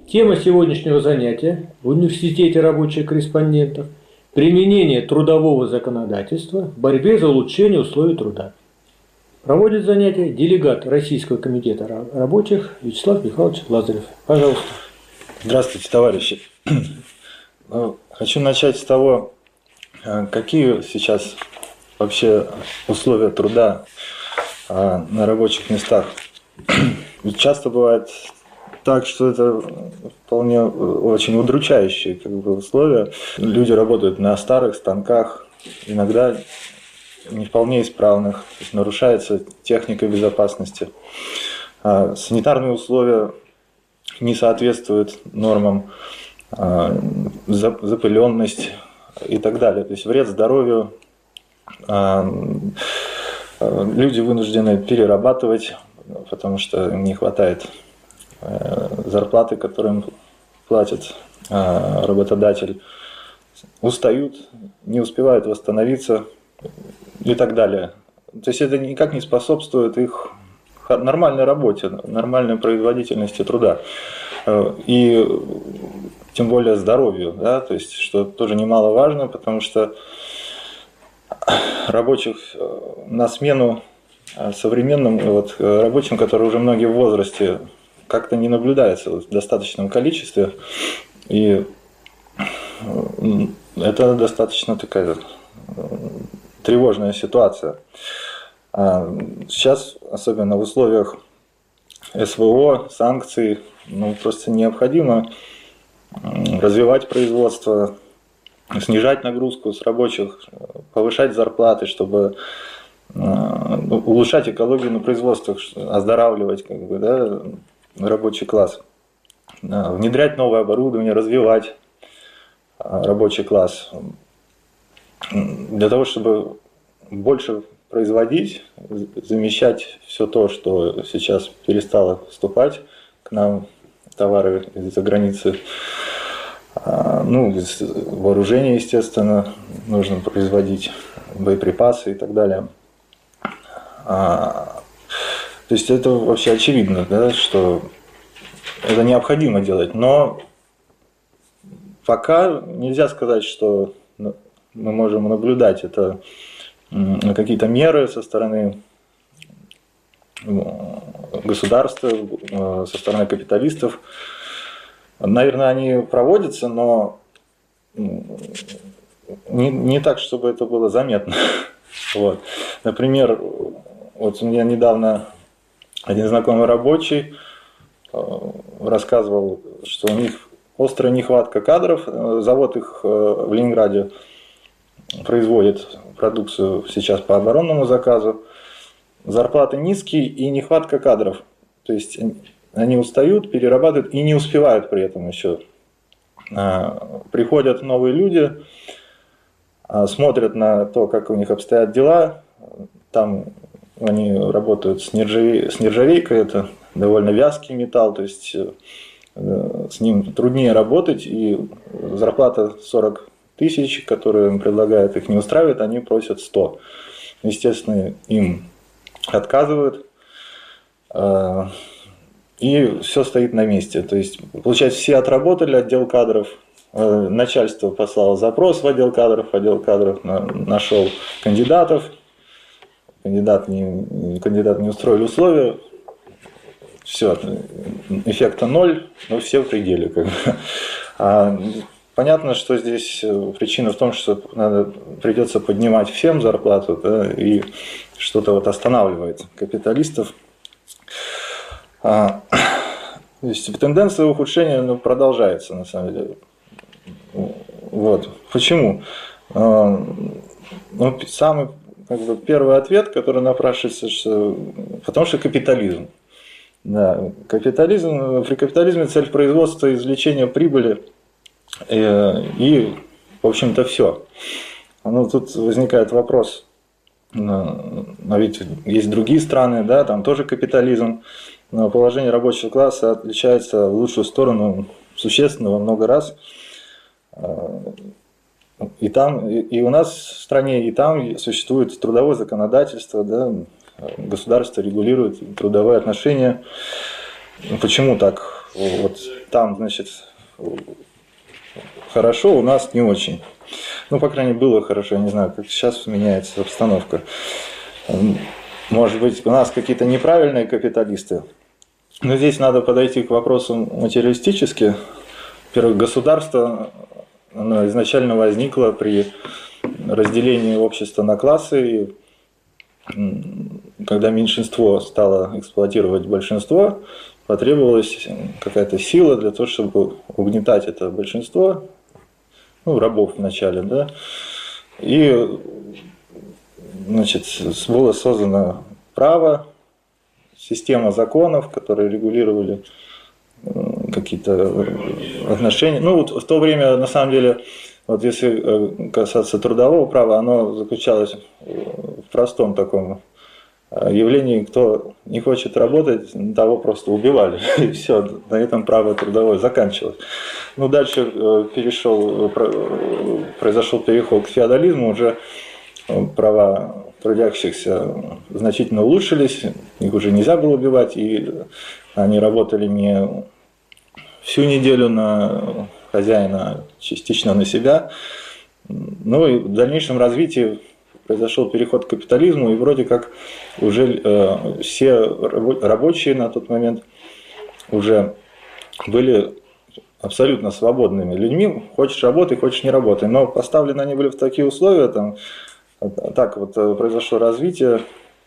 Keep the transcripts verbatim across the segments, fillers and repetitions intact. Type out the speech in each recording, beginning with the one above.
Тема сегодняшнего занятия в Университете рабочих корреспондентов – применение трудового законодательства в борьбе за улучшение условий труда. Проводит занятие делегат Российского комитета рабочих Вячеслав Михайлович Лазарев. Пожалуйста. Здравствуйте, товарищи. Хочу начать с того, какие сейчас вообще условия труда на рабочих местах. Часто бывает так, что это вполне очень удручающие как бы, условия. Люди работают на старых станках, иногда не вполне исправных, нарушается техника безопасности. Санитарные условия не соответствуют нормам, запыленность и так далее. То есть вред здоровью. Люди вынуждены перерабатывать, потому что им не хватает зарплаты, которые им платит работодатель. Устают, не успевают восстановиться и так далее. То есть это никак не способствует их нормальной работе, нормальной производительности труда. И тем более здоровью, да, то есть, что тоже немаловажно, потому что рабочих на смену современным вот, рабочим, которые уже многие в возрасте, как-то не наблюдается в достаточном количестве. И это достаточно такая тревожная ситуация. Сейчас, особенно в условиях СВО, санкций, ну, просто необходимо развивать производство, снижать нагрузку с рабочих, повышать зарплаты, чтобы улучшать экологию на производствах, оздоравливать как бы, да, рабочий класс, внедрять новое оборудование, развивать рабочий класс для того, чтобы больше производить, замещать все то, что сейчас перестало поступать к нам, товары из-за границы. Ну, вооружение, естественно, нужно производить, боеприпасы и так далее. То есть это вообще очевидно, да, что это необходимо делать, но пока нельзя сказать, что мы можем наблюдать это какие-то меры со стороны государства, со стороны капиталистов. Наверное, они проводятся, но не, не так, чтобы это было заметно. Вот. Например, вот у меня недавно один знакомый рабочий рассказывал, что у них острая нехватка кадров. Завод их в Ленинграде производит продукцию сейчас по оборонному заказу. Зарплаты низкие и нехватка кадров. То есть они устают, перерабатывают и не успевают при этом еще. Приходят новые люди, смотрят на то, как у них обстоят дела. Там они работают с, нержавей... с нержавейкой, это довольно вязкий металл, то есть с ним труднее работать, и зарплата сорок тысяч, которую им предлагают, их не устраивает, они просят сто. Естественно, им отказывают, и все стоит на месте. То есть, получается, все отработали, отдел кадров, начальство послало запрос в отдел кадров, отдел кадров нашел кандидатов, кандидат не, кандидат не устроили условия, все, эффекта ноль, но все в пределе. Как бы. А понятно, что здесь причина в том, что надо, придется поднимать всем зарплату, да, и что-то вот останавливает капиталистов. А, то есть тенденция ухудшения, ну, продолжается на самом деле. Вот. Почему? А, ну, самый как бы, первый ответ, который напрашивается, что потому что капитализм. Да, капитализм, при капитализме цель производства, извлечения прибыли и, и в общем-то, все. Ну, тут возникает вопрос, но ведь есть другие страны, да, там тоже капитализм, но положение рабочего класса отличается в лучшую сторону существенно во много раз. И там, и у нас в стране, и там существует трудовое законодательство, да, государство регулирует трудовые отношения. почему так? Вот там, значит, хорошо, у нас не очень. Ну, по крайней мере, было хорошо, я не знаю, как сейчас меняется обстановка. Может быть, у нас какие-то неправильные капиталисты. Но здесь надо подойти к вопросу материалистически. Во-первых, государство оно изначально возникло при разделении общества на классы. И когда меньшинство стало эксплуатировать большинство, потребовалась какая-то сила для того, чтобы угнетать это большинство, ну, рабов вначале, да, и, значит, было создано право, система законов, которые регулировали какие-то отношения. Ну, вот в то время, на самом деле, вот если касаться трудового права, оно заключалось в простом таком явлении: кто не хочет работать, того просто убивали. И все, на этом право трудовое заканчивалось. Ну, дальше перешел, произошел переход к феодализму, уже права трудящихся значительно улучшились, их уже нельзя было убивать, и они работали не всю неделю на хозяина, а частично на себя. Ну и в дальнейшем развитии произошел переход к капитализму, и вроде как уже э, все рабочие на тот момент уже были абсолютно свободными людьми. Хочешь работай, хочешь не работай. Но поставлены они были в такие условия, там, так вот произошло развитие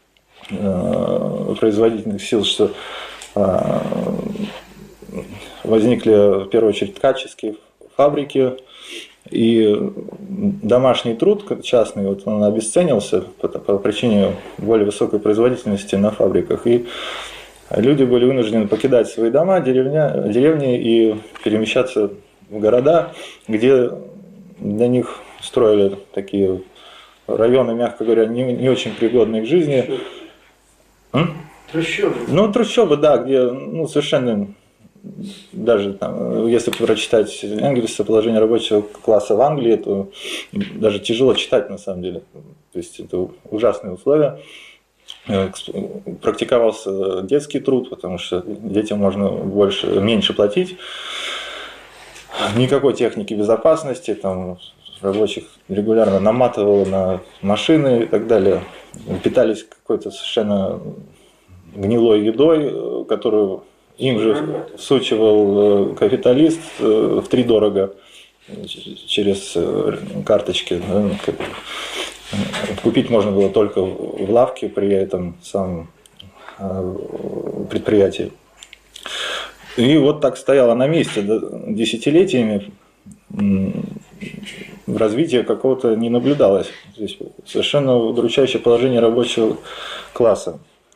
э, производительных сил, что э, возникли в первую очередь ткацкие фабрики. И домашний труд частный, вот он обесценился по, по причине более высокой производительности на фабриках. И люди были вынуждены покидать свои дома, деревня, деревни и перемещаться в города, где для них строили такие районы, мягко говоря, не, не очень пригодные к жизни. Трущобы. Ну, трущобы, да, где ну, совершенно... Даже там, если прочитать Энгельса «Положение рабочего класса в Англии», то даже тяжело читать на самом деле. То есть это ужасные условия. Практиковался детский труд, потому что детям можно больше, меньше платить. Никакой техники безопасности, там рабочих регулярно наматывало на машины и так далее. Питались какой-то совершенно гнилой едой, которую им же всучивал капиталист втридорого через карточки. Купить можно было только в лавке при этом самом предприятии. И вот так стояло на месте десятилетиями, развития какого-то не наблюдалось. Здесь совершенно удручающее положение рабочего класса.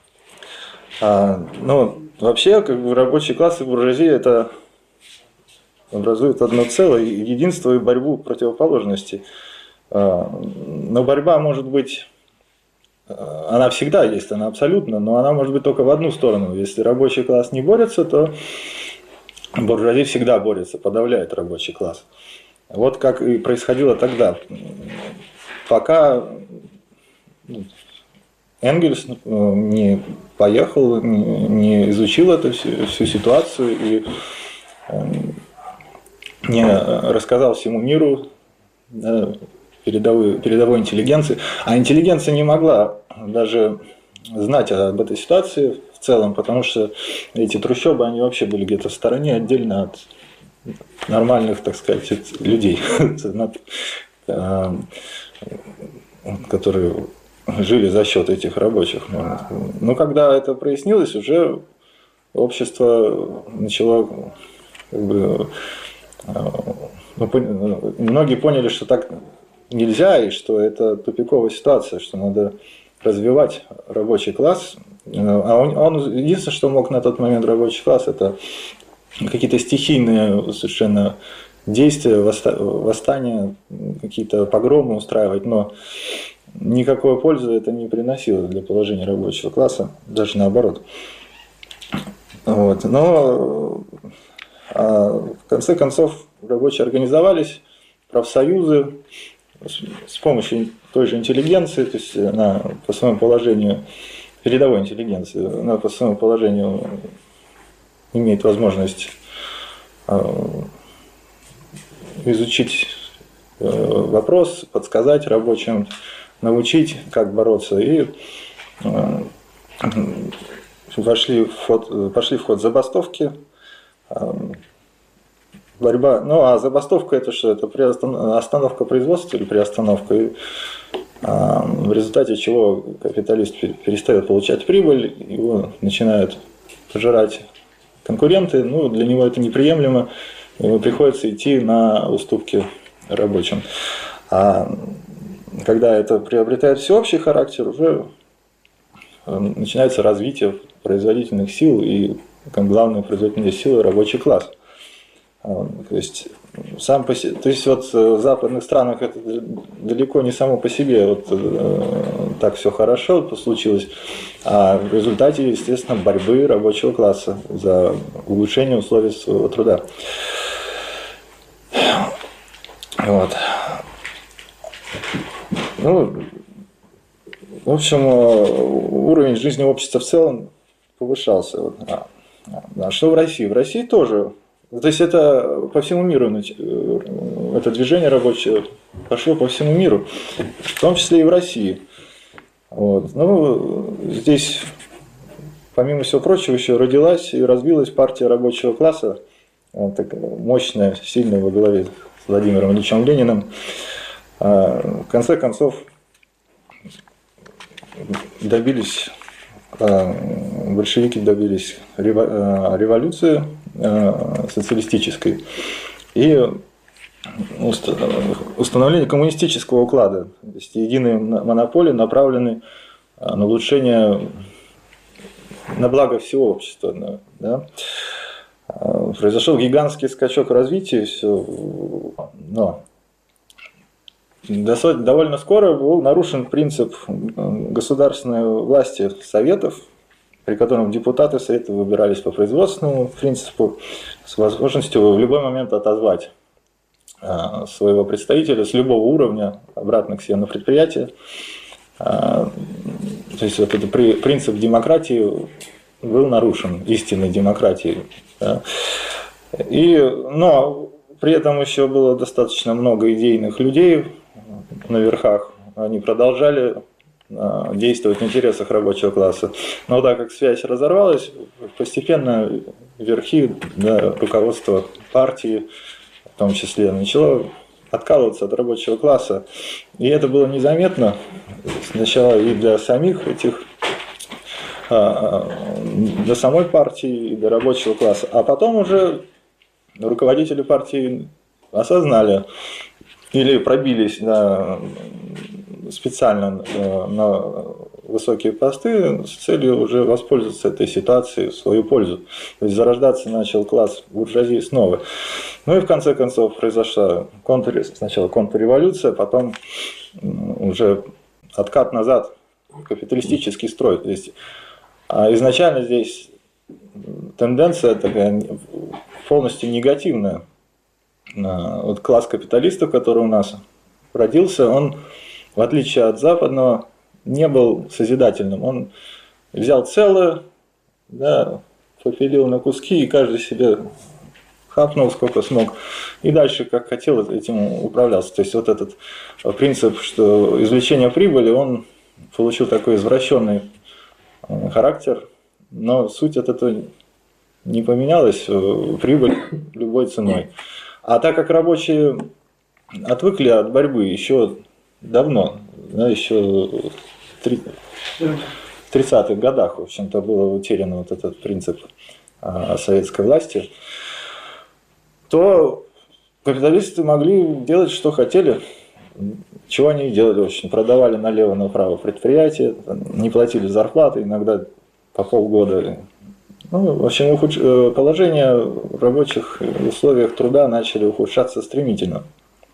Ну, вообще, как бы, рабочий класс и буржуазия – это образуют одно целое, единство и борьбу противоположностей. Но борьба может быть, она всегда есть, она абсолютно, но она может быть только в одну сторону. Если рабочий класс не борется, то буржуазия всегда борется, подавляет рабочий класс. Вот как и происходило тогда. Пока Энгельс не поехал, не изучил эту всю, всю ситуацию и не рассказал всему миру, да, передовой, передовой интеллигенции. А интеллигенция не могла даже знать об этой ситуации в целом, потому что эти трущобы, они вообще были где-то в стороне, отдельно от нормальных, так сказать, людей, которые жили за счет этих рабочих. Но когда это прояснилось, уже общество начало, как бы, ну, многие поняли, что так нельзя, и что это тупиковая ситуация, что надо развивать рабочий класс. А он, он единственное, что мог на тот момент рабочий класс, это какие-то стихийные совершенно действия, восстания, какие-то погромы устраивать, но никакой пользы это не приносило для положения рабочего класса, даже наоборот. Вот. Но а в конце концов рабочие организовались, профсоюзы с помощью той же интеллигенции, то есть она по своему положению, передовой интеллигенции, она по своему положению имеет возможность изучить вопрос, подсказать рабочим, научить, как бороться. И вошли в ход, пошли в ход забастовки, борьба. Ну, а забастовка это что? Это остановка производства или приостановка? И, в результате чего капиталист перестает получать прибыль, его начинают пожирать конкуренты, ну, для него это неприемлемо, ему приходится идти на уступки рабочим. А когда это приобретает всеобщий характер, уже начинается развитие производительных сил и, как главная производительная сила, рабочий класс. То есть, сам по себе, то есть вот в западных странах это далеко не само по себе вот так все хорошо случилось, а в результате, естественно, борьбы рабочего класса за улучшение условий своего труда. Вот. Ну, в общем, уровень жизни общества в целом повышался. А, а что в России? В России тоже. То есть это по всему миру, это движение рабочее пошло по всему миру, в том числе и в России. Вот. Ну, здесь, помимо всего прочего, еще родилась и развилась партия рабочего класса, вот такая мощная, сильная, во главе с Владимиром Ильичем Лениным. В конце концов, добились, большевики добились революции социалистической и установление коммунистического уклада. То есть единые монополии направлены на улучшение, на благо всего общества. Да? Произошел гигантский скачок развития, все, но довольно скоро был нарушен принцип государственной власти советов, при котором депутаты совета выбирались по производственному принципу с возможностью в любой момент отозвать своего представителя с любого уровня обратно к себе на предприятие. То есть вот этот принцип демократии был нарушен, истинной демократии. И, но при этом еще было достаточно много идейных людей на верхах, они продолжали действовать в интересах рабочего класса. Но так как связь разорвалась, постепенно верхи, да, руководство партии в том числе начало откалываться от рабочего класса. И это было незаметно сначала и для самих этих, для самой партии, и для рабочего класса. А потом уже руководители партии осознали или пробились на, специально на высокие посты с целью уже воспользоваться этой ситуацией в свою пользу. То есть зарождаться начал класс буржуазии снова. Ну и в конце концов произошла контр... сначала контрреволюция, потом уже откат назад, капиталистический строй. То есть изначально здесь тенденция такая полностью негативная. Вот класс капиталистов, который у нас родился, он, в отличие от западного, не был созидательным. Он взял целое, да, попилил на куски, и каждый себе хапнул сколько смог, и дальше, как хотел, этим управлялся. То есть вот этот принцип, что извлечение прибыли, он получил такой извращенный характер, но суть от этого не поменялась, прибыль любой ценой. А так как рабочие отвыкли от борьбы еще давно, да, еще в тридцатых годах, в общем-то, было утерян вот этот принцип советской власти, то капиталисты могли делать, что хотели, чего они и делали, в общем, продавали налево-направо предприятия, не платили зарплаты, иногда по полгода. Ну, в общем, ухудш... положение в рабочих условиях труда начали ухудшаться стремительно.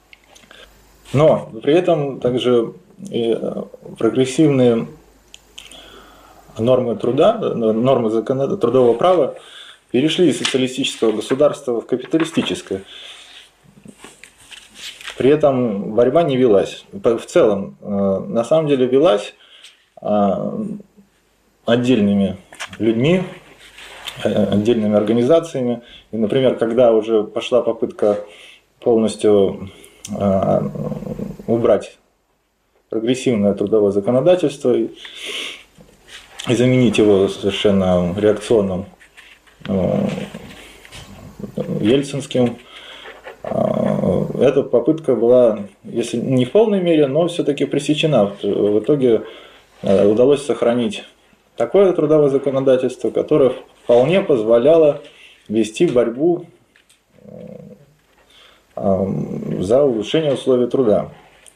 Но при этом также и прогрессивные нормы труда, нормы закон... трудового права перешли из социалистического государства в капиталистическое. При этом борьба не велась. В целом, на самом деле, велась отдельными людьми, отдельными организациями. И, например, когда уже пошла попытка полностью убрать прогрессивное трудовое законодательство и заменить его совершенно реакционным ельцинским, эта попытка была, если не в полной мере, но все-таки пресечена. В итоге удалось сохранить такое трудовое законодательство, которое вполне позволяло вести борьбу за улучшение условий труда.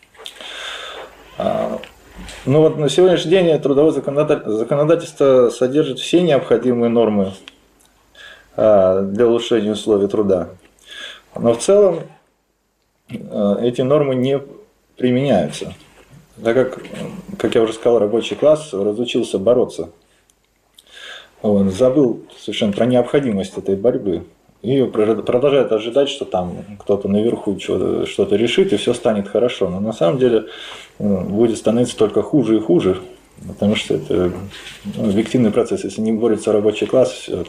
Ну вот на сегодняшний день трудовое законодательство содержит все необходимые нормы для улучшения условий труда. Но в целом эти нормы не применяются, так как, как я уже сказал, рабочий класс разучился бороться. Он забыл совершенно про необходимость этой борьбы и продолжает ожидать, что там кто-то наверху что-то решит и все станет хорошо. Но на самом деле будет становиться только хуже и хуже, потому что это ну, объективный процесс. Если не борется рабочий класс, все,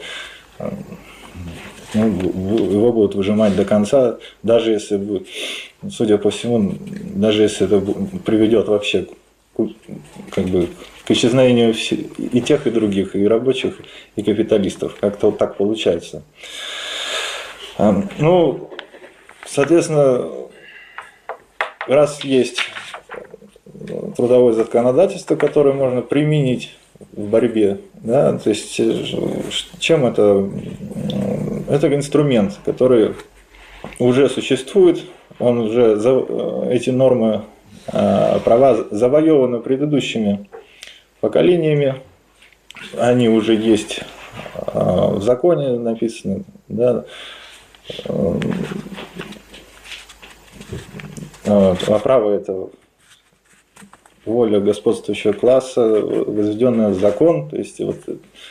ну, его будут выжимать до конца, даже если будет, судя по всему, даже если это приведет вообще как бы к исчезновению и тех, и других, и рабочих, и капиталистов. Как-то вот так получается. Ну, соответственно, раз есть трудовое законодательство, которое можно применить в борьбе, да, то есть чем это? Это инструмент, который уже существует, он уже эти нормы, права завоеваны предыдущими поколениями, они уже есть в законе написаны, да, а право это воля господствующего класса, возведенная в закон, то есть вот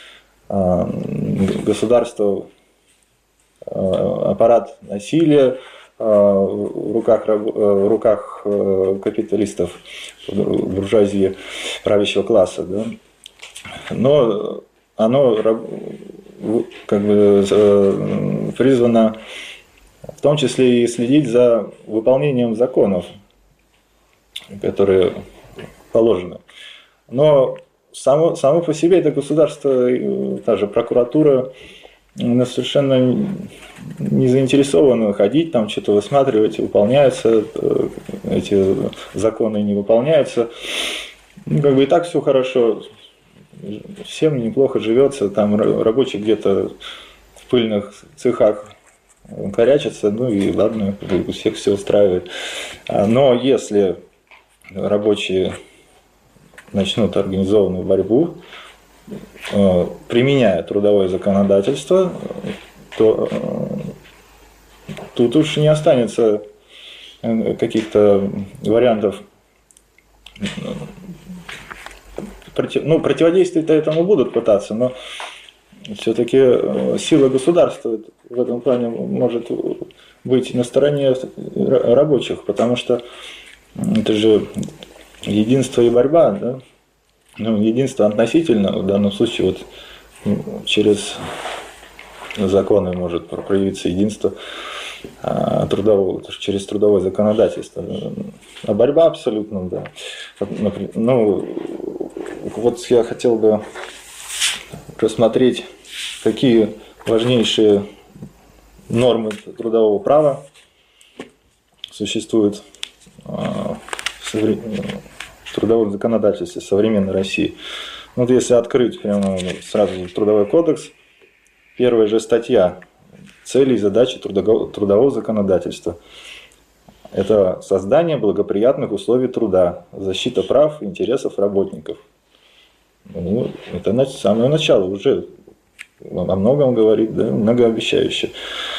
государство, аппарат насилия в руках, в руках капиталистов, буржуазии, правящего класса, да? Но оно как бы призвано в том числе и следить за выполнением законов, которые положены. Но само, само по себе это государство, та же прокуратура, она совершенно не заинтересована ходить, там что-то высматривать, выполняются эти законы, не выполняются. Ну, как бы и так все хорошо, всем неплохо живется, там рабочий где-то в пыльных цехах корячится, ну и ладно, у всех все устраивает. Но если рабочие начнут организованную борьбу, применяя трудовое законодательство, то тут уж не останется каких-то вариантов. Ну, противодействовать этому будут пытаться, но все-таки сила государства в этом плане может быть на стороне рабочих, потому что это же единство и борьба, да? Ну, единство относительно, в данном случае вот через законы может проявиться единство трудового, через трудовое законодательство. А борьба абсолютно, да. Ну, вот я хотел бы рассмотреть, какие важнейшие нормы трудового права существуют в трудовом законодательстве современной России. Вот если открыть прямо сразу Трудовой кодекс, первая же статья «Цели и задачи трудового, трудового законодательства». Это создание благоприятных условий труда, защита прав и интересов работников. Ну, это самое начало, уже о многом говорит, да, многообещающе.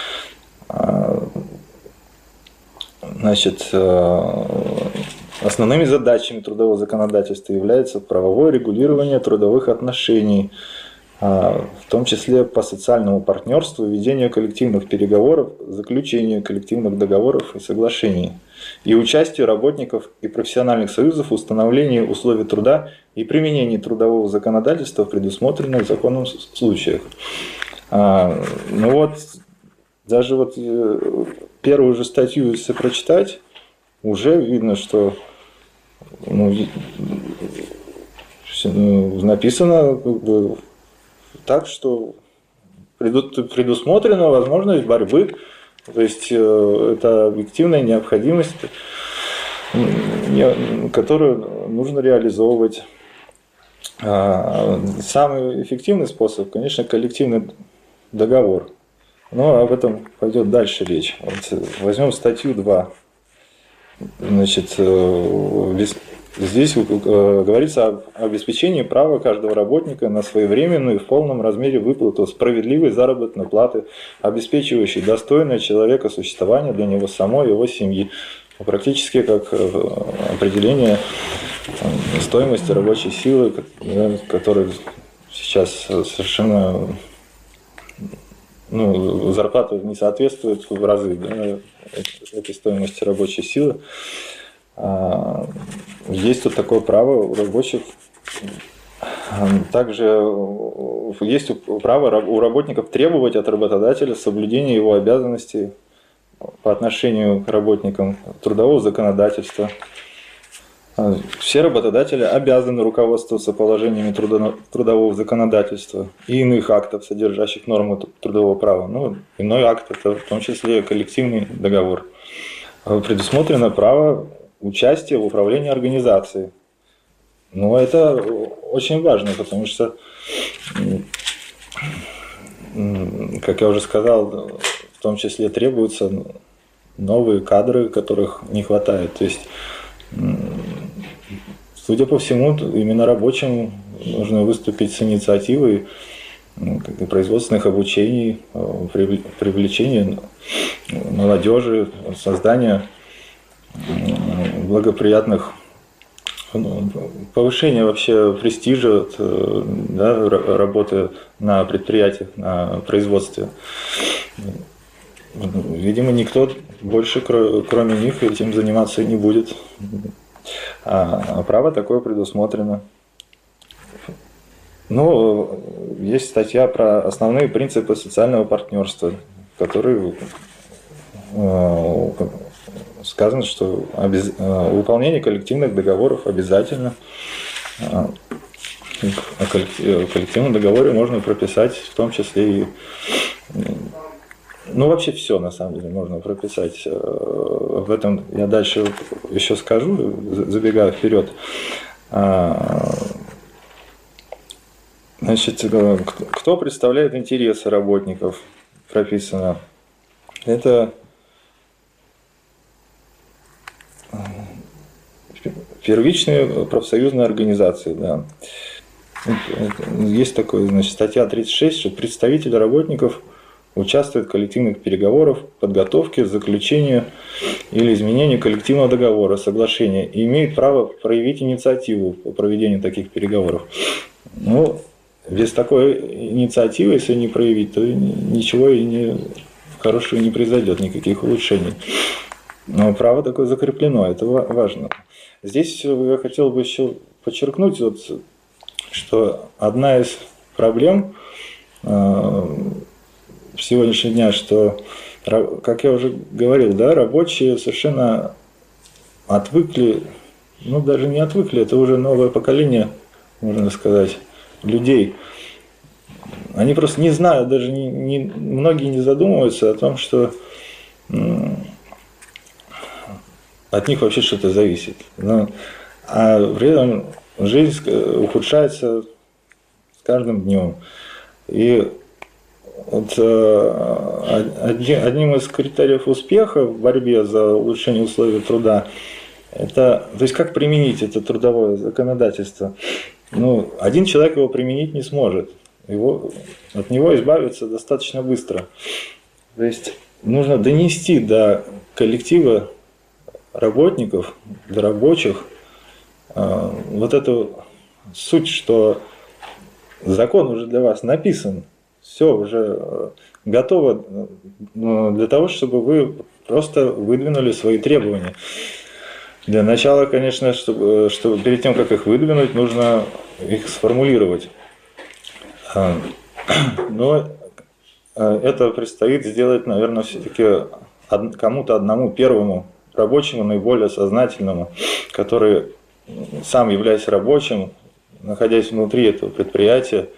Значит, основными задачами трудового законодательства является правовое регулирование трудовых отношений, в том числе по социальному партнерству, ведению коллективных переговоров, заключению коллективных договоров и соглашений и участию работников и профессиональных союзов в установлении условий труда и применении трудового законодательства в предусмотренных законом случаях. А, ну вот, даже вот первую же статью, если прочитать, уже видно, что ну, написано как бы так, что предусмотрена возможность борьбы, то есть это объективная необходимость, которую нужно реализовывать. Самый эффективный способ, конечно, коллективный договор. Но об этом пойдет дальше речь. Вот возьмем статью два. Значит, здесь говорится об обеспечении права каждого работника на своевременную и в полном размере выплату справедливой заработной платы, обеспечивающей достойное человека существование для него самой и его семьи. Практически как определение стоимости рабочей силы, которая сейчас совершенно, ну, зарплата не соответствует в разы, да, этой стоимости рабочей силы. Есть тут такое право у рабочих. Также есть право у работников требовать от работодателя соблюдения его обязанностей по отношению к работникам трудового законодательства. Все работодатели обязаны руководствоваться положениями трудового законодательства и иных актов, содержащих нормы трудового права. Ну, иной акт – это в том числе коллективный договор. Предусмотрено право участия в управлении организацией. Но это очень важно, потому что, как я уже сказал, в том числе требуются новые кадры, которых не хватает. То есть, судя по всему, именно рабочим нужно выступить с инициативой производственных обучений, привлечения молодежи, создания благоприятных, повышения вообще престижа, да, работы на предприятиях, на производстве. Видимо, никто больше, кроме них, этим заниматься не будет. А право такое предусмотрено. Ну, есть статья про основные принципы социального партнерства, в которой сказано, что выполнение коллективных договоров обязательно. О коллективном договоре можно прописать, в том числе и, ну, вообще все, на самом деле, можно прописать. Об этом я дальше еще скажу, забегая вперед. Значит, кто представляет интересы работников, прописано. Это первичные профсоюзные организации, да. Есть такое, значит, статья тридцать шесть, что представители работников участвуют в коллективных переговорах, подготовке, заключению или изменению коллективного договора, соглашения и имеют право проявить инициативу по проведению таких переговоров. Ну, без такой инициативы, если не проявить, то ничего и не, хорошего не произойдет, никаких улучшений. Но право такое закреплено, это важно. Здесь я хотел бы еще подчеркнуть, вот, что одна из проблем сегодняшнего дня, что, как я уже говорил, да, рабочие совершенно отвыкли, ну даже не отвыкли, это уже новое поколение, можно сказать, людей. Они просто не знают, даже не, не, многие не задумываются о том, что от них вообще что-то зависит. Но, а при этом жизнь ухудшается с каждым днем. И вот, одним из критериев успеха в борьбе за улучшение условий труда, это, то есть как применить это трудовое законодательство. Ну, один человек его применить не сможет. Его, от него избавиться достаточно быстро. То есть нужно донести до коллектива работников, до рабочих э, вот эту суть, что закон уже для вас написан, все уже готово для того, чтобы вы просто выдвинули свои требования. Для начала, конечно, чтобы, чтобы перед тем, как их выдвинуть, нужно их сформулировать. Но это предстоит сделать, наверное, все-таки кому-то одному первому рабочему, наиболее сознательному, который, сам являясь рабочим, находясь внутри этого предприятия,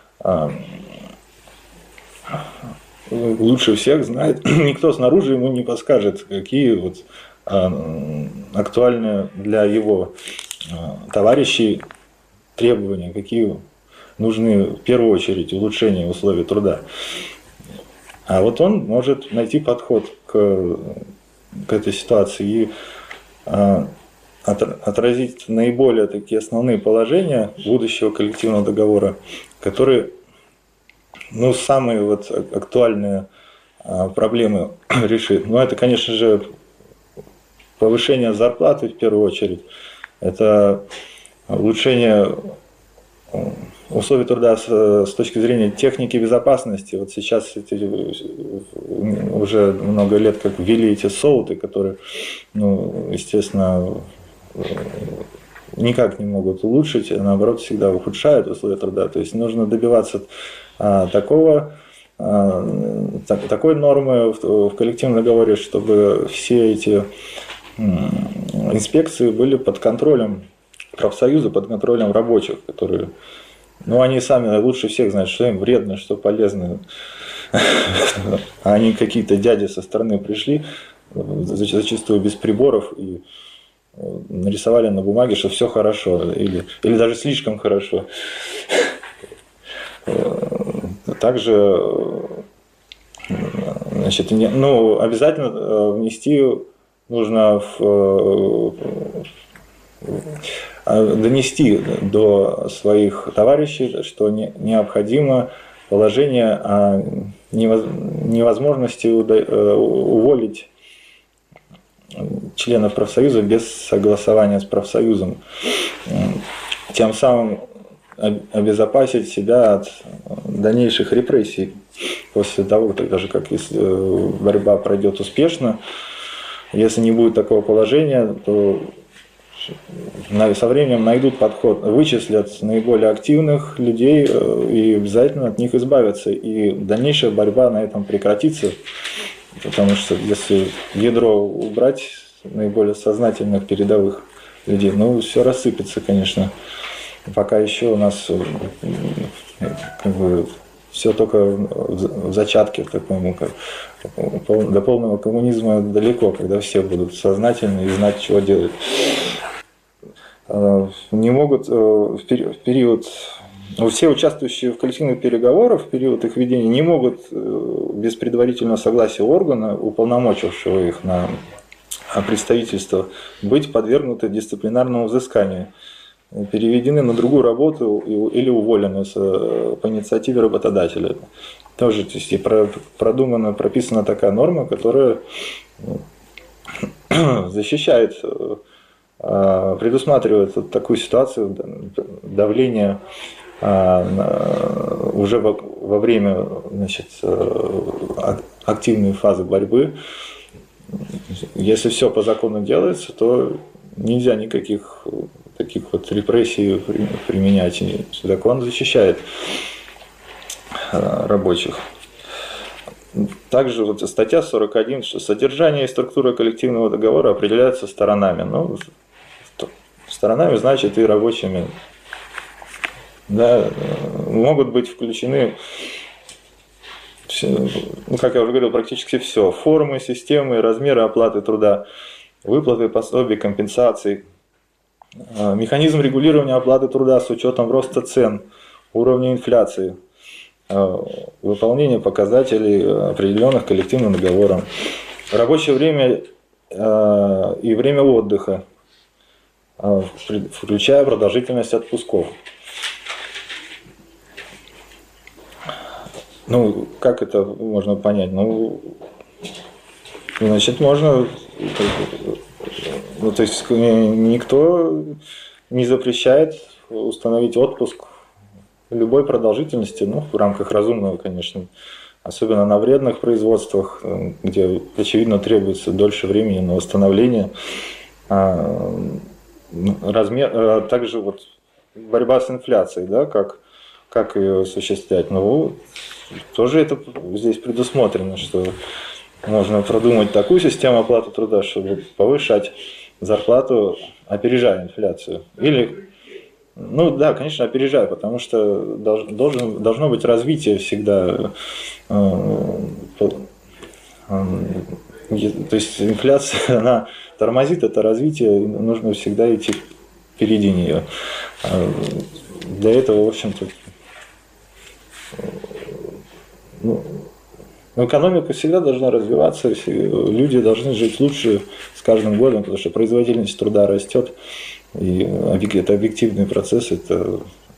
лучше всех знает, никто снаружи ему не подскажет, какие вот актуальные для его товарищей требования, какие нужны в первую очередь улучшения условий труда. А вот он может найти подход к, к этой ситуации и а, от, отразить наиболее такие основные положения будущего коллективного договора, которые, ну, самые вот актуальные а, проблемы решит. Ну, это, конечно же, повышение зарплаты в первую очередь, это улучшение условий труда с, с точки зрения техники безопасности. Вот сейчас эти, уже много лет как ввели эти соуты, которые, ну, естественно, никак не могут улучшить, а наоборот всегда ухудшают условия труда. То есть нужно добиваться а, такого, а, так, такой нормы в, в коллективном договоре, чтобы все эти инспекции были под контролем профсоюза, под контролем рабочих, которые, ну, они сами лучше всех знают, что им вредно, что полезно. А они какие-то дяди со стороны пришли, зачастую без приборов, и нарисовали на бумаге, что все хорошо, или, или даже слишком хорошо. Также, значит, ну, обязательно внести нужно в, донести до своих товарищей, что необходимо положение о невозможности уволить членов профсоюза без согласования с профсоюзом, тем самым обезопасить себя от дальнейших репрессий после того, даже как если борьба пройдет успешно. Если не будет такого положения, то со временем найдут подход, вычислят наиболее активных людей и обязательно от них избавятся. И дальнейшая борьба на этом прекратится, потому что если ядро убрать наиболее сознательных передовых людей, ну, все рассыпется, конечно. Пока еще у нас как бы все только в зачатке, в таком, как, до полного коммунизма далеко, когда все будут сознательны и знать, чего делать. Не могут в период, все участвующие в коллективных переговорах в период их ведения не могут без предварительного согласия органа, уполномочившего их на представительство, быть подвергнуты дисциплинарному взысканию, переведены на другую работу или уволены по инициативе работодателя. Тоже, то есть, продумана, прописана такая норма, которая защищает, предусматривает вот такую ситуацию давления уже во время, значит, активной фазы борьбы. Если все по закону делается, то нельзя никаких таких вот репрессий применять. Закон защищает рабочих. Также вот статья сорок один, что содержание и структура коллективного договора определяются сторонами. Ну, сторонами значит и рабочими. Да, могут быть включены, ну, как я уже говорил, практически все. Формы, системы, размеры оплаты труда, выплаты пособий, компенсаций, механизм регулирования оплаты труда с учетом роста цен, уровня инфляции, выполнение показателей, определенных коллективным договором, рабочее время и время отдыха, включая продолжительность отпусков. Ну, как это можно понять? Ну, значит, можно, ну, то есть никто не запрещает установить отпуск любой продолжительности, ну, в рамках разумного, конечно, особенно на вредных производствах, где, очевидно, требуется дольше времени на восстановление. Размер, также вот борьба с инфляцией, да, как, как ее осуществлять? Ну, тоже это здесь предусмотрено, что можно продумать такую систему оплаты труда, чтобы повышать зарплату, опережая инфляцию. Или, ну да, конечно, опережая, потому что должен, должно быть развитие всегда. То есть инфляция, она тормозит это развитие, нужно всегда идти впереди нее. Для этого, в общем-то, ну, экономика всегда должна развиваться, люди должны жить лучше с каждым годом, потому что производительность труда растет, и это объективный процесс, это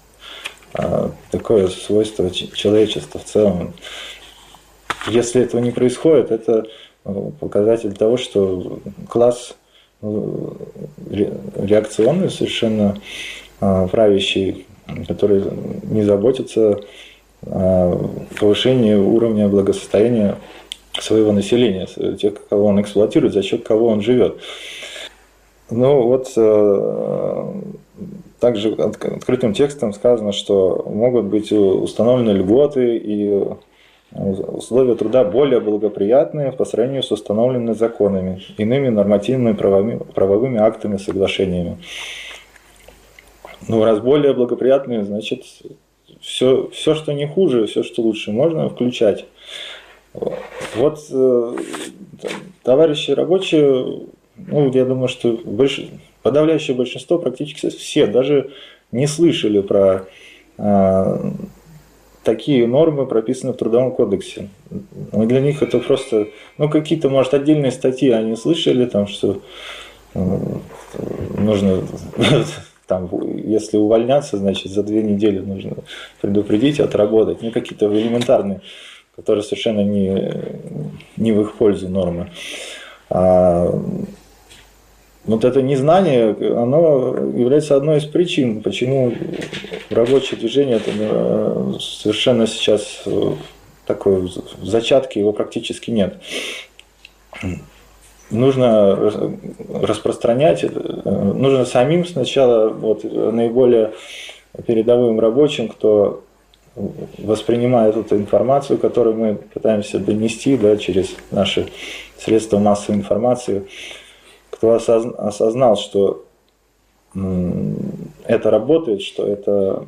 такое свойство человечества в целом. Если этого не происходит, это показатель того, что класс реакционный, совершенно правящий, который не заботится о повышении уровня благосостояния своего населения, тех, кого он эксплуатирует, за счет кого он живет. Ну вот также открытым текстом сказано, что могут быть установлены льготы и условия труда более благоприятные по сравнению с установленными законами, иными нормативными правовыми, правовыми актами, соглашениями. Ну, раз более благоприятные, значит, все, все, что не хуже, все, что лучше, можно включать. Вот э, товарищи рабочие, ну, я думаю, что больш... подавляющее большинство, практически все, даже не слышали про э, такие нормы, прописанные в Трудовом кодексе. Ну, для них это просто, ну, какие-то, может, отдельные статьи они слышали, там, что э, нужно... Там, если увольняться, значит, за две недели нужно предупредить, отработать. Ну, какие-то элементарные, которые совершенно не, не в их пользу нормы. А вот это незнание, оно является одной из причин, почему рабочее движение это совершенно сейчас такое, в зачатке его практически нет. Нужно распространять, нужно самим сначала вот, наиболее передовым рабочим, кто воспринимает эту информацию, которую мы пытаемся донести, да, через наши средства массовой информации, кто осознал, что это работает, что это,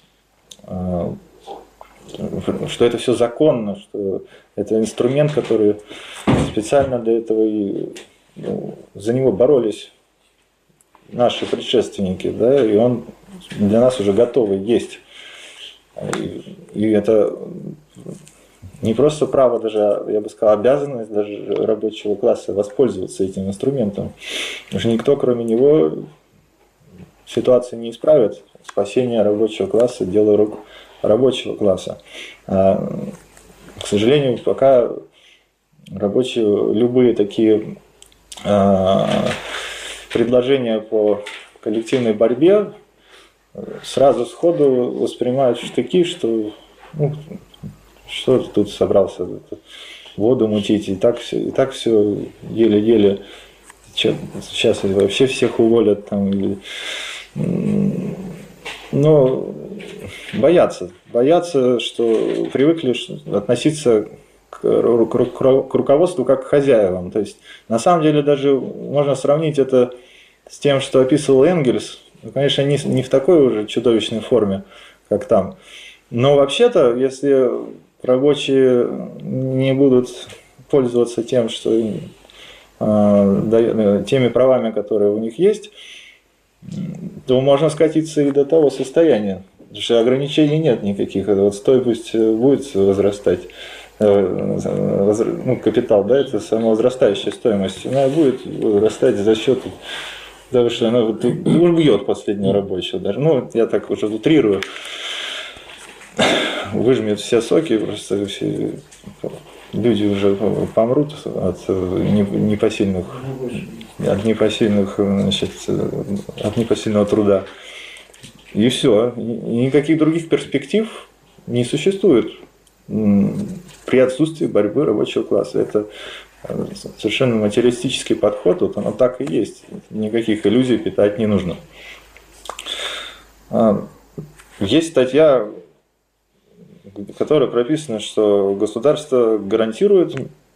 что это все законно, что это инструмент, который специально для этого и ну, за него боролись наши предшественники, да, и он для нас уже готовый есть. И, и это не просто право, даже, я бы сказал, обязанность даже рабочего класса воспользоваться этим инструментом. Потому что никто, кроме него, ситуацию не исправит. Спасение рабочего класса – дело рук рабочего класса. А, к сожалению, пока рабочие любые такие а, предложения по коллективной борьбе сразу сходу воспринимают в штыки, что ну, что ты тут собрался воду мутить, и так все, и так все еле-еле. Сейчас вообще всех уволят там или. Но боятся, боятся, что привыкли относиться к, к, к руководству как к хозяевам. То есть, на самом деле, даже можно сравнить это с тем, что описывал Энгельс. Ну, конечно, не, не в такой уже чудовищной форме, как там. Но вообще-то, если рабочие не будут пользоваться тем, что им, э, теми правами, которые у них есть, то можно скатиться и до того состояния. Потому что ограничений нет никаких. Это вот стоимость будет возрастать. Ну, капитал, да, это самовозрастающая стоимость. Она будет возрастать за счет того, что она вот убьет последнего рабочего даже. Ну, я так уже утрирую. Выжмет все соки, просто все люди уже помрут от непосильных, от непосильных, значит, от непосильного труда. И все. И никаких других перспектив не существует при отсутствии борьбы рабочего класса. Это совершенно материалистический подход, вот оно так и есть. Никаких иллюзий питать не нужно. Есть статья, в которой прописано, что государство гарантирует,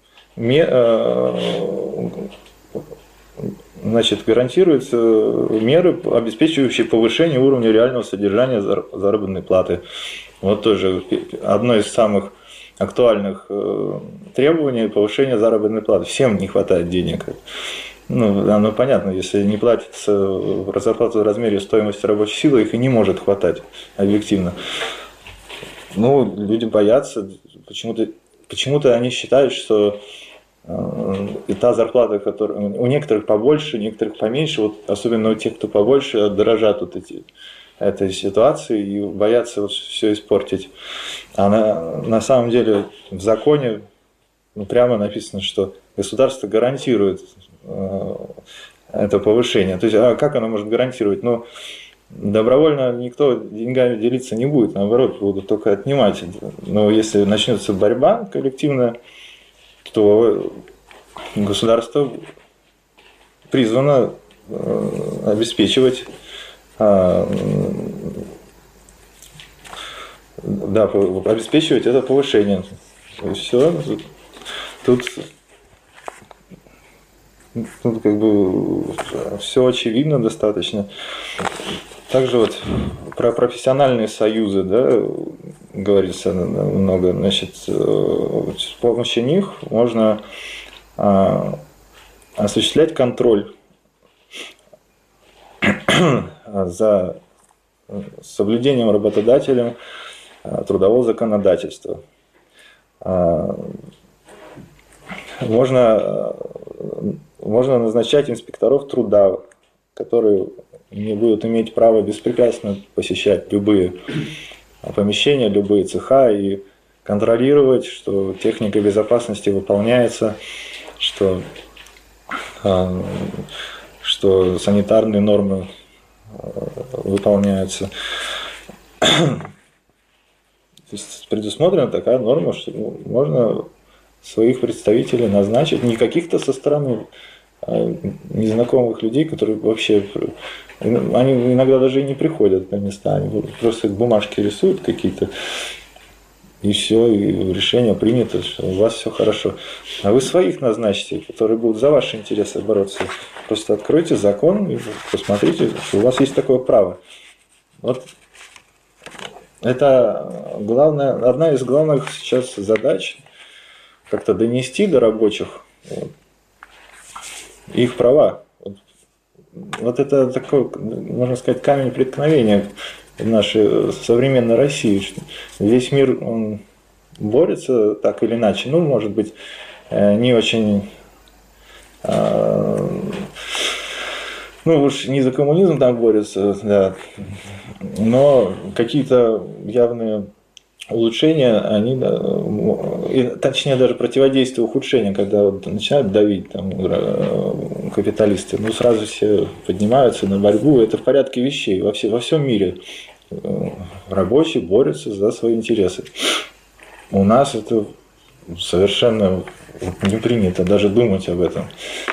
значит, гарантирует меры, обеспечивающие повышение уровня реального содержания заработной платы. Вот тоже одно из самых актуальных требований — повышения заработной платы. Всем не хватает денег. Ну, оно понятно, если не платится зарплата в размере стоимости рабочей силы, их и не может хватать объективно. Ну, люди боятся, почему-то, почему-то они считают, что э, и та зарплата, которая у некоторых побольше, у некоторых поменьше, вот особенно у тех, кто побольше, дорожат вот эти, этой ситуации и боятся вот все испортить. А на, на самом деле в законе ну, прямо написано, что государство гарантирует э, это повышение. То есть, а как оно может гарантировать? Ну, добровольно никто деньгами делиться не будет, наоборот, будут только отнимать. Но если начнется борьба коллективная, то государство призвано обеспечивать, да, обеспечивать это повышение. И все. Тут, тут как бы все очевидно достаточно. Также вот про профессиональные союзы, да, говорится много. Значит, с помощью них можно осуществлять контроль за соблюдением работодателем трудового законодательства. Можно, можно назначать инспекторов труда, которые не будут иметь права беспрепятственно посещать любые помещения, любые цеха и контролировать, что техника безопасности выполняется, что, что санитарные нормы выполняются. То есть предусмотрена такая норма, что можно своих представителей назначить, не каких-то со стороны, а незнакомых людей, которые вообще, они иногда даже и не приходят на места, они просто бумажки рисуют какие-то, и все, и решение принято, что у вас все хорошо. А вы своих назначите, которые будут за ваши интересы бороться. Просто откройте закон и посмотрите, что у вас есть такое право. Вот это главное, одна из главных сейчас задач — как-то донести до рабочих вот, их права. Вот, вот это такой, можно сказать, камень преткновения в нашей современной России. Что весь мир он борется так или иначе. Ну, может быть, не очень... Ну, уж не за коммунизм там борются, да, но какие-то явные улучшения, они, точнее даже противодействие ухудшения, когда вот начинают давить там, капиталисты, ну сразу все поднимаются на борьбу, это в порядке вещей, во, все, во всем мире рабочие борются за свои интересы. У нас это совершенно не принято даже думать об этом.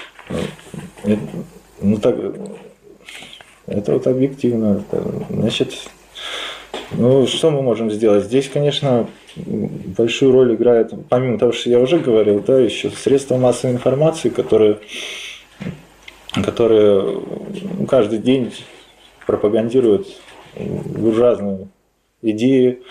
Ну, так, это вот объективно. Значит, ну, что мы можем сделать? Здесь, конечно, большую роль играет, помимо того, что я уже говорил, да, еще средства массовой информации, которые, которые каждый день пропагандируют буржуазные идеи.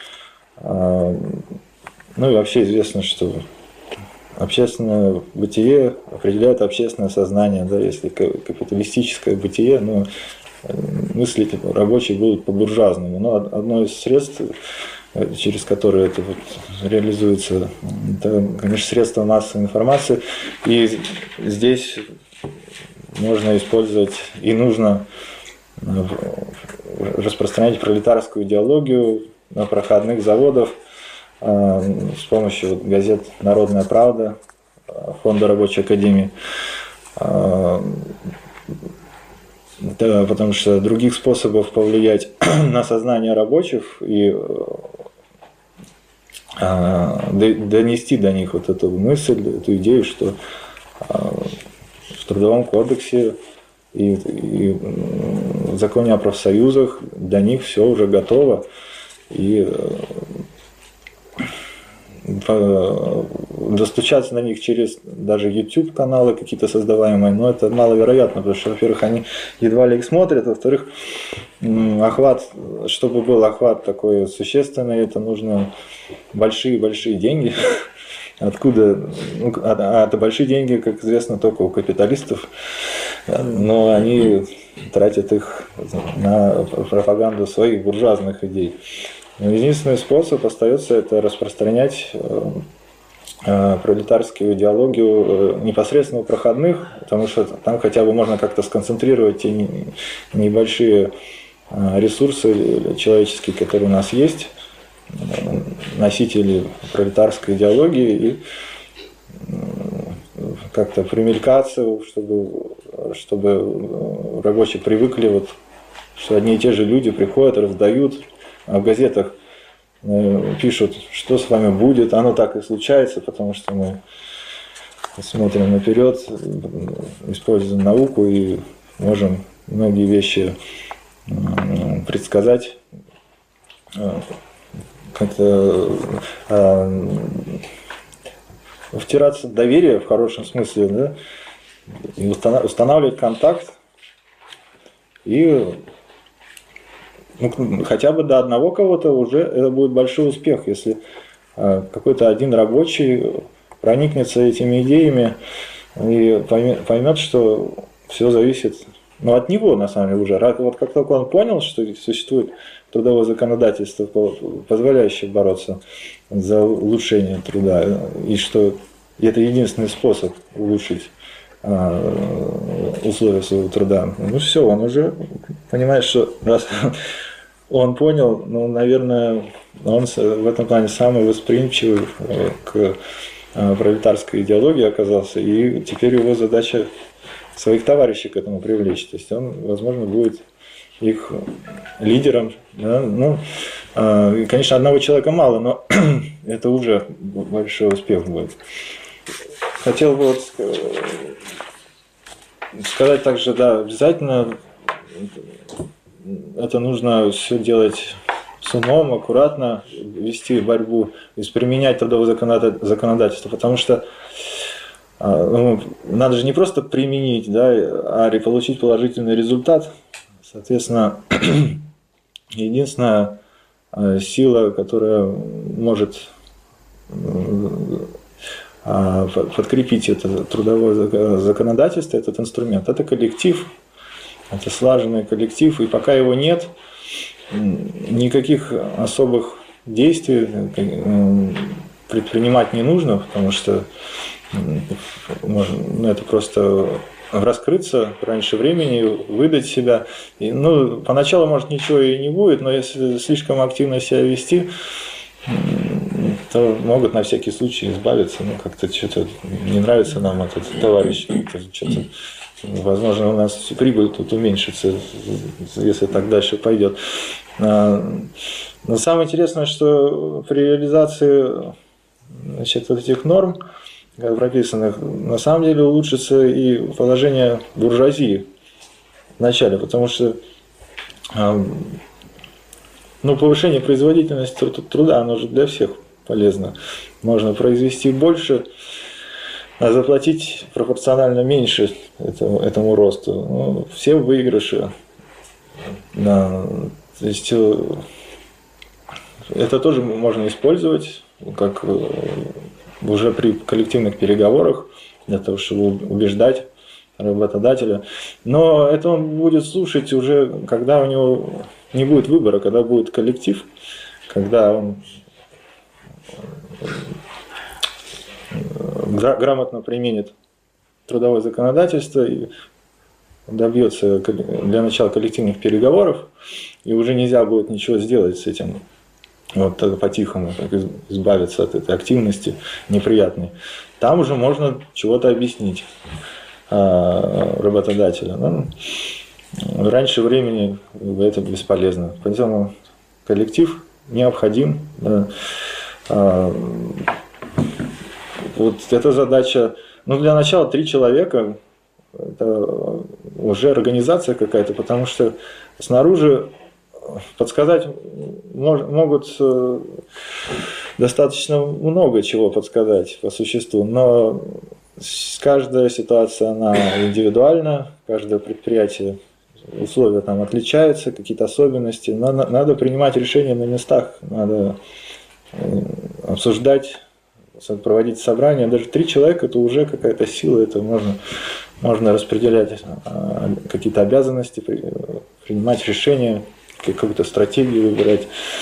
Ну и вообще известно, что общественное бытие определяет общественное сознание, да, если капиталистическое бытие, ну, мыслить рабочие будут по-буржуазному. Но одно из средств, через которое это вот реализуется, это, конечно, средства массовой информации. И здесь можно использовать и нужно распространять пролетарскую идеологию на проходных заводах с помощью газет «Народная правда», Фонда Рабочей Академии. Да, потому что других способов повлиять на сознание рабочих и донести до них вот эту мысль, эту идею, что в Трудовом кодексе и, и в законе о профсоюзах для них все уже готово. И достучаться на них через даже YouTube-каналы какие-то создаваемые, но это маловероятно, потому что, во-первых, они едва ли их смотрят, во-вторых, охват, чтобы был охват такой существенный, это нужно большие-большие деньги. Откуда? Ну, а это большие деньги, как известно, только у капиталистов, но они тратят их на пропаганду своих буржуазных идей. Но единственный способ остается это распространять пролетарскую идеологию непосредственно у проходных, потому что там хотя бы можно как-то сконцентрировать те небольшие ресурсы человеческие, которые у нас есть, носители пролетарской идеологии, и как-то примелькаться, чтобы, чтобы рабочие привыкли, вот, что одни и те же люди приходят, раздают, а в газетах пишут, что с вами будет, оно так и случается, потому что мы смотрим наперед, используем науку и можем многие вещи предсказать, как-то втираться в доверие в хорошем смысле, да, и устанавливать контакт, и ну, хотя бы до одного кого-то уже это будет большой успех, если какой-то один рабочий проникнется этими идеями и поймет, что все зависит, ну, от него, на самом деле, уже. Вот как только он понял, что существует трудовое законодательство, позволяющее бороться за улучшение труда, и что это единственный способ улучшить условия своего труда, ну все, он уже понимает, что раз он понял, ну, наверное, он в этом плане самый восприимчивый к пролетарской идеологии оказался, и теперь его задача своих товарищей к этому привлечь, то есть он, возможно, будет их лидером, да? Ну, и, конечно, одного человека мало, но это уже большой успех будет. Хотел бы вот сказать также, да, обязательно это нужно все делать с умом, аккуратно, вести борьбу, то есть применять трудовое законодательство, потому что ну, надо же не просто применить, да, а получить положительный результат. Соответственно, единственная сила, которая может подкрепить это трудовое законодательство, этот инструмент, это коллектив, это слаженный коллектив, и пока его нет, никаких особых действий предпринимать не нужно, потому что можно, это просто раскрыться раньше времени, выдать себя. И, ну, поначалу, может, ничего и не будет, но если слишком активно себя вести, то могут на всякий случай избавиться. Ну, как-то что-то не нравится нам этот товарищ, что-то, возможно, у нас прибыль тут уменьшится, если так дальше пойдет. Но самое интересное, что при реализации, значит, вот этих норм, прописанных, на самом деле улучшится и положение буржуазии вначале, потому что ну, повышение производительности труда, оно же для всех полезно. Можно произвести больше, а заплатить пропорционально меньше этому, этому росту. Ну, все выигрыши. Да, то есть это тоже можно использовать как уже при коллективных переговорах для того, чтобы убеждать работодателя. Но это он будет слушать уже, когда у него не будет выбора, когда будет коллектив, когда он грамотно применит трудовое законодательство и добьется для начала коллективных переговоров, и уже нельзя будет ничего сделать с этим. Вот тогда по-тихому так избавиться от этой активности неприятной. Там уже можно чего-то объяснить работодателю. Но раньше времени это бесполезно. Поэтому коллектив необходим. Вот эта задача, ну, для начала три человека, это уже организация какая-то, потому что снаружи подсказать могут достаточно много чего подсказать по существу, но каждая ситуация, она индивидуальна, каждое предприятие, условия там отличаются, какие-то особенности, но надо принимать решения на местах, надо обсуждать, проводить собрания. Даже три человека – это уже какая-то сила, это можно, можно распределять какие-то обязанности, принимать решения, какую-то стратегию выбирать.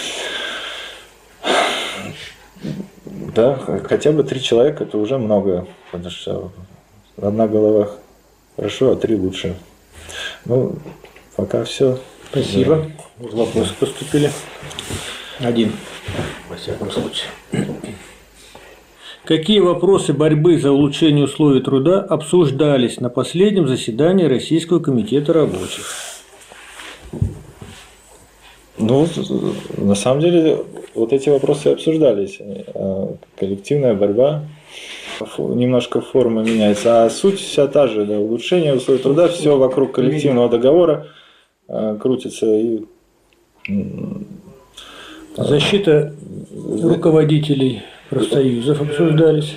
Да, хотя бы три человека – это уже много, потому что одна голова хорошо, а три лучше. Ну, пока все. Спасибо. Да. Вопросы поступили. Один, во всяком случае. Какие вопросы борьбы за улучшение условий труда обсуждались на последнем заседании Российского комитета рабочих? Ну, на самом деле, вот эти вопросы обсуждались. Коллективная борьба, немножко форма меняется, а суть вся та же, да, улучшение условий труда, все вокруг коллективного договора крутится. И... Защита руководителей профсоюзов обсуждались.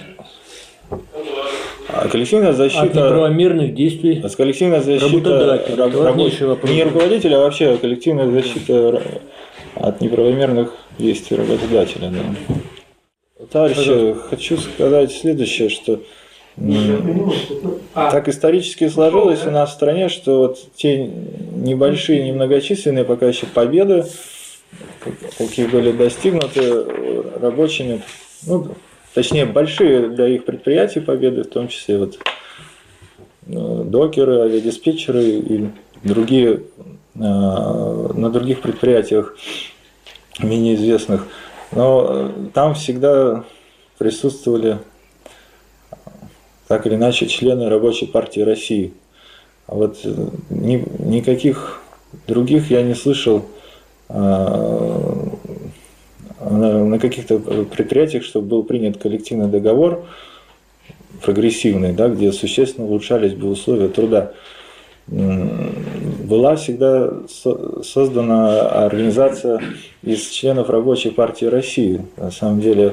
А коллективная защита от неправомерных действий коллективная защита раб, рабочих, не руководителя, а вообще коллективная защита от неправомерных действий работодателя. Да. Товарищи, хочу сказать следующее, что так исторически сложилось у нас в стране, что вот те небольшие, немногочисленные пока еще победы, какие были достигнуты рабочими, ну, точнее, большие для их предприятий победы, в том числе вот докеры, авиадиспетчеры и другие на других предприятиях менее известных. Но там всегда присутствовали так или иначе члены Рабочей партии России. А вот ни, никаких других я не слышал на каких-то предприятиях, чтобы был принят коллективный договор прогрессивный, да, где существенно улучшались бы условия труда. Была всегда создана организация из членов Рабочей партии России. На самом деле,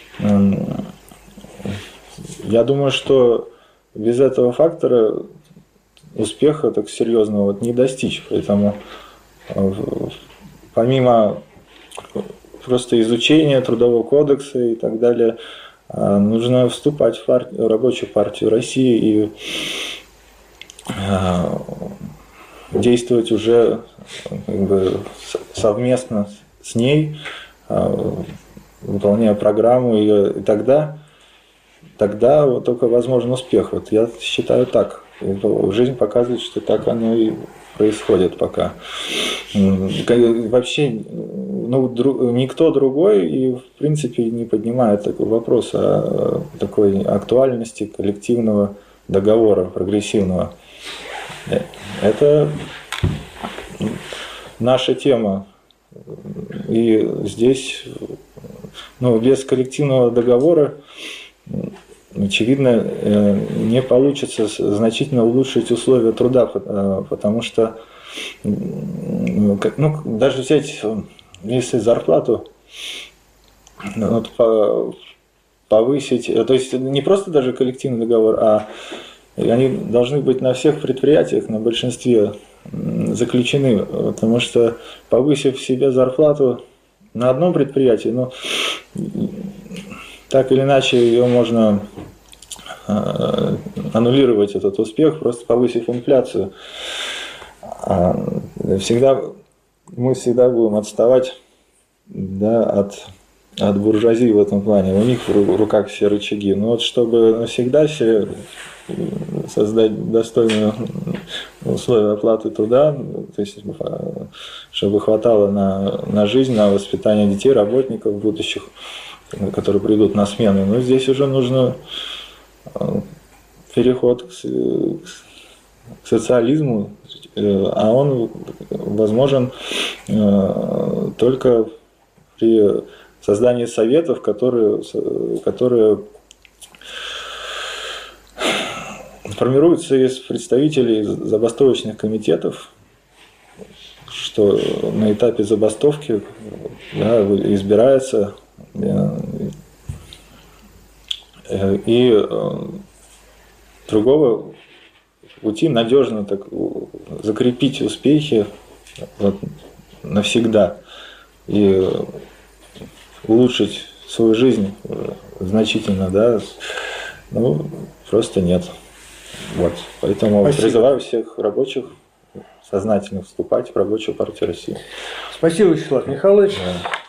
я думаю, что без этого фактора успеха так серьезного вот не достичь. Поэтому помимо просто изучения Трудового кодекса и так далее, нужно вступать в, партию, в Рабочую партию России и действовать уже как бы совместно с ней, выполняя программу ее, и тогда, тогда вот только возможен успех. Вот я считаю так. Жизнь показывает, что так оно и происходит пока. Вообще, ну, никто другой и в принципе не поднимает такой вопрос о такой актуальности коллективного договора прогрессивного. Это наша тема. И здесь, ну, без коллективного договора, очевидно, не получится значительно улучшить условия труда, потому что, ну, даже взять, если зарплату вот, повысить, то есть не просто даже коллективный договор, а они должны быть на всех предприятиях, на большинстве заключены, потому что повысив себе зарплату на одном предприятии, ну, так или иначе ее можно аннулировать, этот успех, просто повысив инфляцию. Всегда, мы всегда будем отставать, да, от, от буржуазии в этом плане. У них в руках все рычаги. Но вот чтобы навсегда себе создать достойные условия оплаты труда, то есть, чтобы хватало на, на жизнь, на воспитание детей, работников будущих, которые придут на смену. Но здесь уже нужно переход к, к социализму, а он возможен только при создании советов, которые, которые формируются из представителей забастовочных комитетов, что на этапе забастовки, да, избирается и другого пути надежно так закрепить успехи вот, навсегда и улучшить свою жизнь значительно, да, ну, просто нет. Вот. Поэтому Спасибо. призываю всех рабочих сознательно вступать в Рабочую партию России. Спасибо, Вячеслав Михайлович. Да.